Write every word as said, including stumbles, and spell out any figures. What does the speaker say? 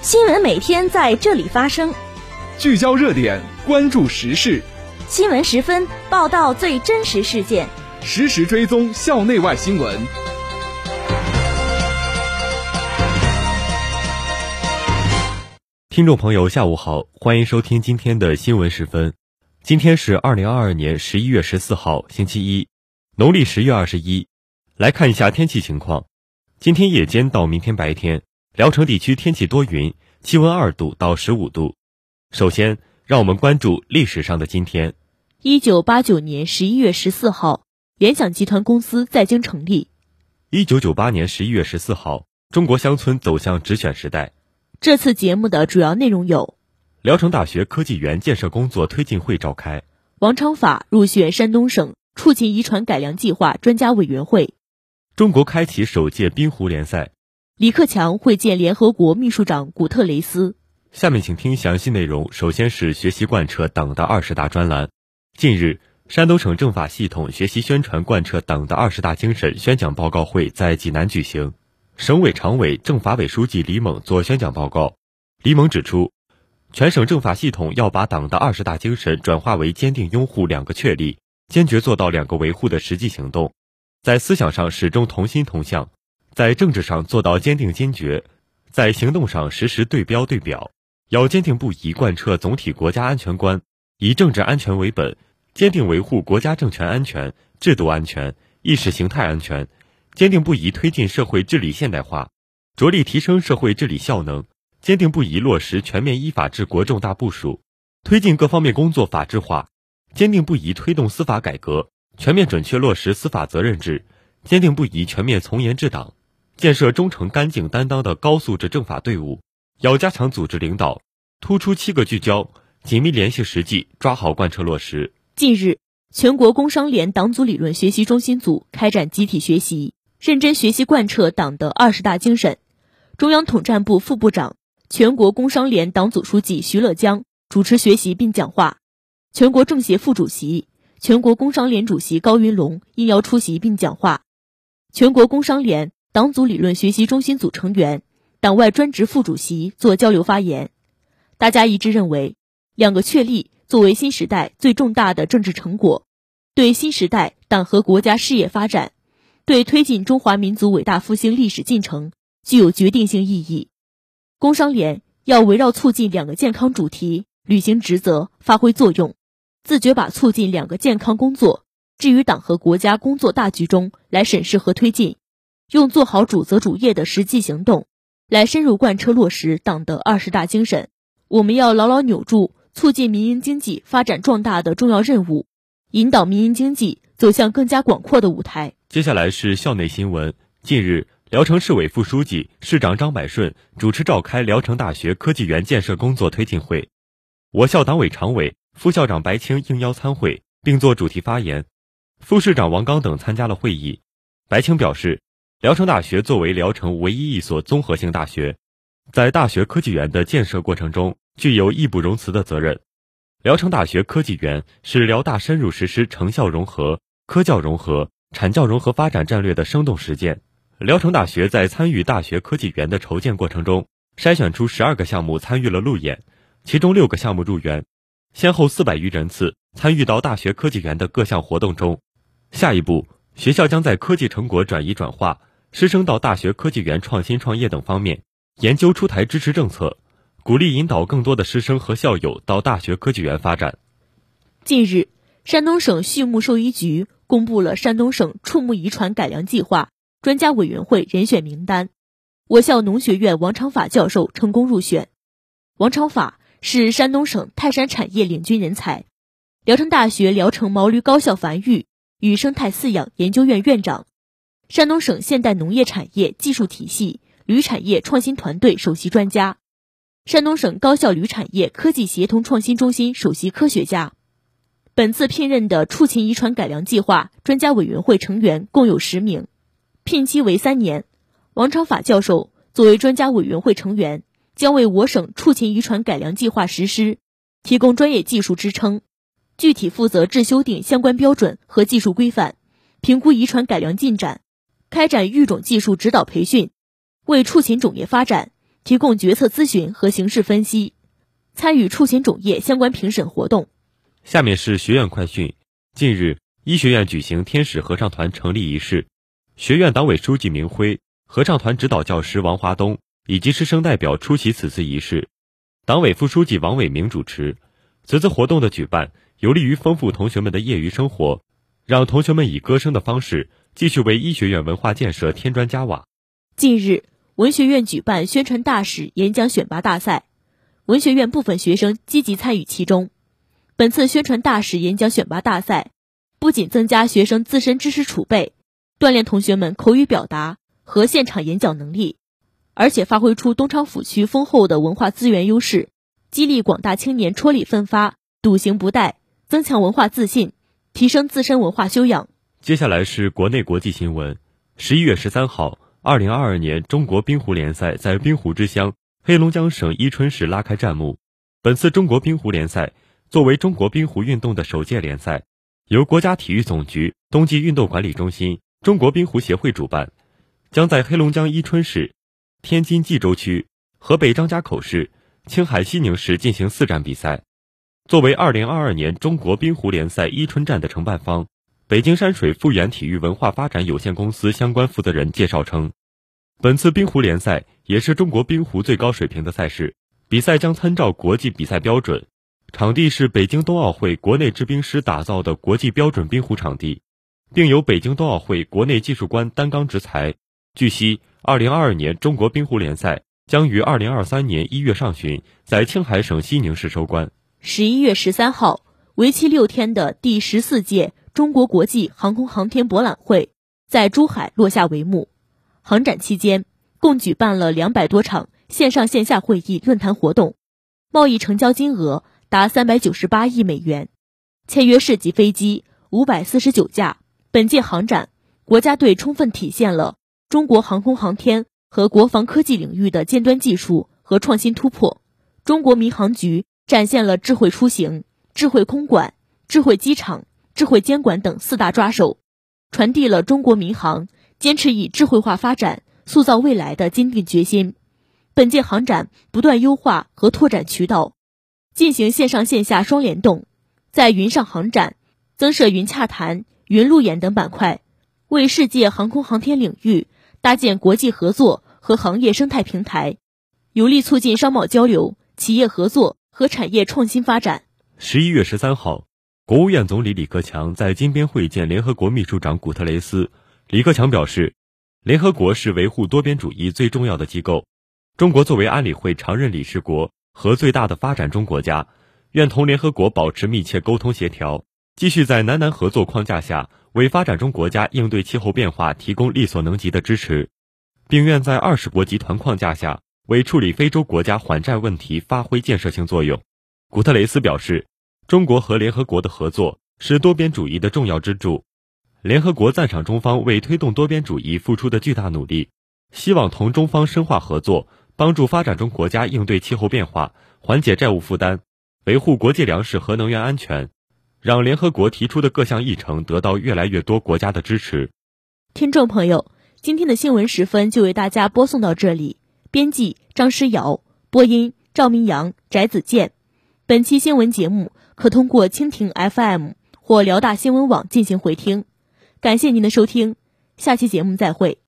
新闻每天在这里发生， 聚焦热点，关注时事。 新闻十分，报道最真实事件， 实时追踪校内外新闻。 听众朋友下午好，欢迎收听今天的新闻十分。今天是二零二二年十一月十四号星期一，农历十月二十一。来看一下天气情况。今天夜间到明天白天，聊城地区天气多云，气温二度到十五度。首先让我们关注历史上的今天。 一九八九年十一月十四号，联想集团公司在京成立。 一九九八年十一月十四号，中国乡村走向直选时代。 这次节目的主要内容有： 聊城大学科技园建设工作推进会召开； 王昌法入选山东省畜禽遗传改良计划专家委员会； 中国开启首届冰壶联赛； 李克强会见联合国秘书长古特雷斯。 下面请听详细内容。首先是学习贯彻党的二十大专栏。近日，山东省政法系统学习宣传贯彻党的二十大精神宣讲报告会在济南举行。省委常委、政法委书记李猛作宣讲报告。李猛指出，全省政法系统要把党的二十大精神转化为坚定拥护两个确立，坚决做到两个维护的实际行动，在思想上始终同心同向，在政治上做到坚定坚决，在行动上时时对标对表，要坚定不移贯彻总体国家安全观，以政治安全为本，坚定维护国家政权安全、制度安全、意识形态安全，坚定不移推进社会治理现代化，着力提升社会治理效能，坚定不移落实全面依法治国重大部署，推进各方面工作法治化，坚定不移推动司法改革，全面准确落实司法责任制，坚定不移全面从严治党，建设忠诚干净担当的高素质政法队伍。要加强组织领导，突出七个聚焦，紧密联系实际，抓好贯彻落实。 近日，全国工商联党组理论学习中心组开展集体学习，认真学习贯彻党的二十大精神。中央统战部副部长、全国工商联党组书记徐乐江主持学习并讲话，全国政协副主席、全国工商联主席高云龙应邀出席并讲话。全国工商联党组理论学习中心组成员、党外专职副主席做交流发言。大家一致认为，两个确立作为新时代最重大的政治成果，对新时代党和国家事业发展，对推进中华民族伟大复兴历史进程具有决定性意义。工商联要围绕促进两个健康主题履行职责，发挥作用，自觉把促进两个健康工作置于党和国家工作大局中来审视和推进，用做好主责主业的实际行动来深入贯彻落实党的二十大精神。我们要牢牢扭住促进民营经济发展壮大的重要任务，引导民营经济走向更加广阔的舞台。 接下来是校内新闻。近日，聊城市委副书记、市长张百顺主持召开聊城大学科技园建设工作推进会。我校党委常委、副校长白青应邀参会并作主题发言，副市长王刚等参加了会议。白青表示，聊城大学作为聊城唯一一所综合性大学，在大学科技园的建设过程中具有义不容辞的责任。聊城大学科技园是辽大深入实施成校融合、科教融合、产教融合发展战略的生动实践。聊城大学在参与大学科技园的筹建过程中，筛选出十二个项目参与了路演，其中六个项目入园，先后四百余人次参与到大学科技园的各项活动中。下一步，学校将在科技成果转移转化、师生到大学科技园创新创业等方面研究出台支持政策，鼓励引导更多的师生和校友到大学科技园发展。 近日，山东省畜牧兽医局公布了山东省畜牧遗传改良计划专家委员会人选名单，我校农学院王昌法教授成功入选。王昌法是山东省泰山产业领军人才，聊城大学聊城毛驴高校繁育与生态饲养研究院院长，山东省现代农业产业技术体系驴产业创新团队首席专家，山东省高校驴产业科技协同创新中心首席科学家。本次聘任的畜禽遗传改良计划专家委员会成员共有十名，聘期为三年。王昌法教授作为专家委员会成员，将为我省畜禽遗传改良计划实施提供专业技术支撑，具体负责制修订相关标准和技术规范，评估遗传改良进展，开展育种技术指导培训，为畜禽种业发展提供决策咨询和形势分析，参与出勤种业相关评审活动。 下面是学院快讯。近日，医学院举行天使合唱团成立仪式，学院党委书记明辉、合唱团指导教师王华东以及师生代表出席此次仪式。党委副书记王伟明主持。此次活动的举办，有利于丰富同学们的业余生活，让同学们以歌声的方式继续为医学院文化建设添砖加瓦。 近日，文学院举办宣传大使演讲选拔大赛，文学院部分学生积极参与其中。本次宣传大使演讲选拔大赛不仅增加学生自身知识储备，锻炼同学们口语表达和现场演讲能力，而且发挥出东昌府区丰厚的文化资源优势，激励广大青年踔厉奋发，笃行不怠，增强文化自信，提升自身文化修养。 接下来是国内国际新闻。十一月十三号，二零二二年中国冰壶联赛在冰湖之乡黑龙江省伊春市拉开战幕。本次中国冰壶联赛作为中国冰壶运动的首届联赛，由国家体育总局、冬季运动管理中心、中国冰壶协会主办，将在黑龙江伊春市、天津蓟州区、河北张家口市、青海西宁市进行四站比赛。作为二零二二年中国冰壶联赛伊春站的承办方，北京山水富源体育文化发展有限公司相关负责人介绍称，本次冰壶联赛也是中国冰壶最高水平的赛事，比赛将参照国际比赛标准，场地是北京冬奥会国内制冰师打造的国际标准冰壶场地，并由北京冬奥会国内技术官担纲执裁。据悉，二零二二年中国冰壶联赛将于二零二三年一月上旬在青海省西宁市收官。 十一月十三号，为期六天的第十四届中国国际航空航天博览会在珠海落下帷幕。航展期间，共举办了两百多场线上线下会议论坛活动，贸易成交金额达三百九十八亿美元，签约市级飞机五百四十九架。本届航展，国家队充分体现了中国航空航天和国防科技领域的尖端技术和创新突破。中国民航局展现了智慧出行、智慧空管、智慧机场、智慧监管等四大抓手，传递了中国民航坚持以智慧化发展塑造未来的坚定决心。本届航展不断优化和拓展渠道，进行线上线下双联动，在云上航展增设云洽谈、云路演等板块，为世界航空航天领域搭建国际合作和行业生态平台，有力促进商贸交流、企业合作和产业创新发展。 十一月十三号，国务院总理李克强在金边会见联合国秘书长古特雷斯。李克强表示，联合国是维护多边主义最重要的机构，中国作为安理会常任理事国和最大的发展中国家，愿同联合国保持密切沟通协调，继续在南南合作框架下为发展中国家应对气候变化提供力所能及的支持，并愿在二十国集团框架下为处理非洲国家还债问题发挥建设性作用。古特雷斯表示，中国和联合国的合作是多边主义的重要支柱，联合国赞赏中方为推动多边主义付出的巨大努力，希望同中方深化合作，帮助发展中国家应对气候变化，缓解债务负担，维护国际粮食和能源安全，让联合国提出的各项议程得到越来越多国家的支持。 听众朋友，今天的新闻时分就为大家播送到这里，编辑张诗瑶，播音赵明阳、翟子健。本期新闻节目可通过蜻蜓 F M 或辽大新闻网进行回听。感谢您的收听，下期节目再会。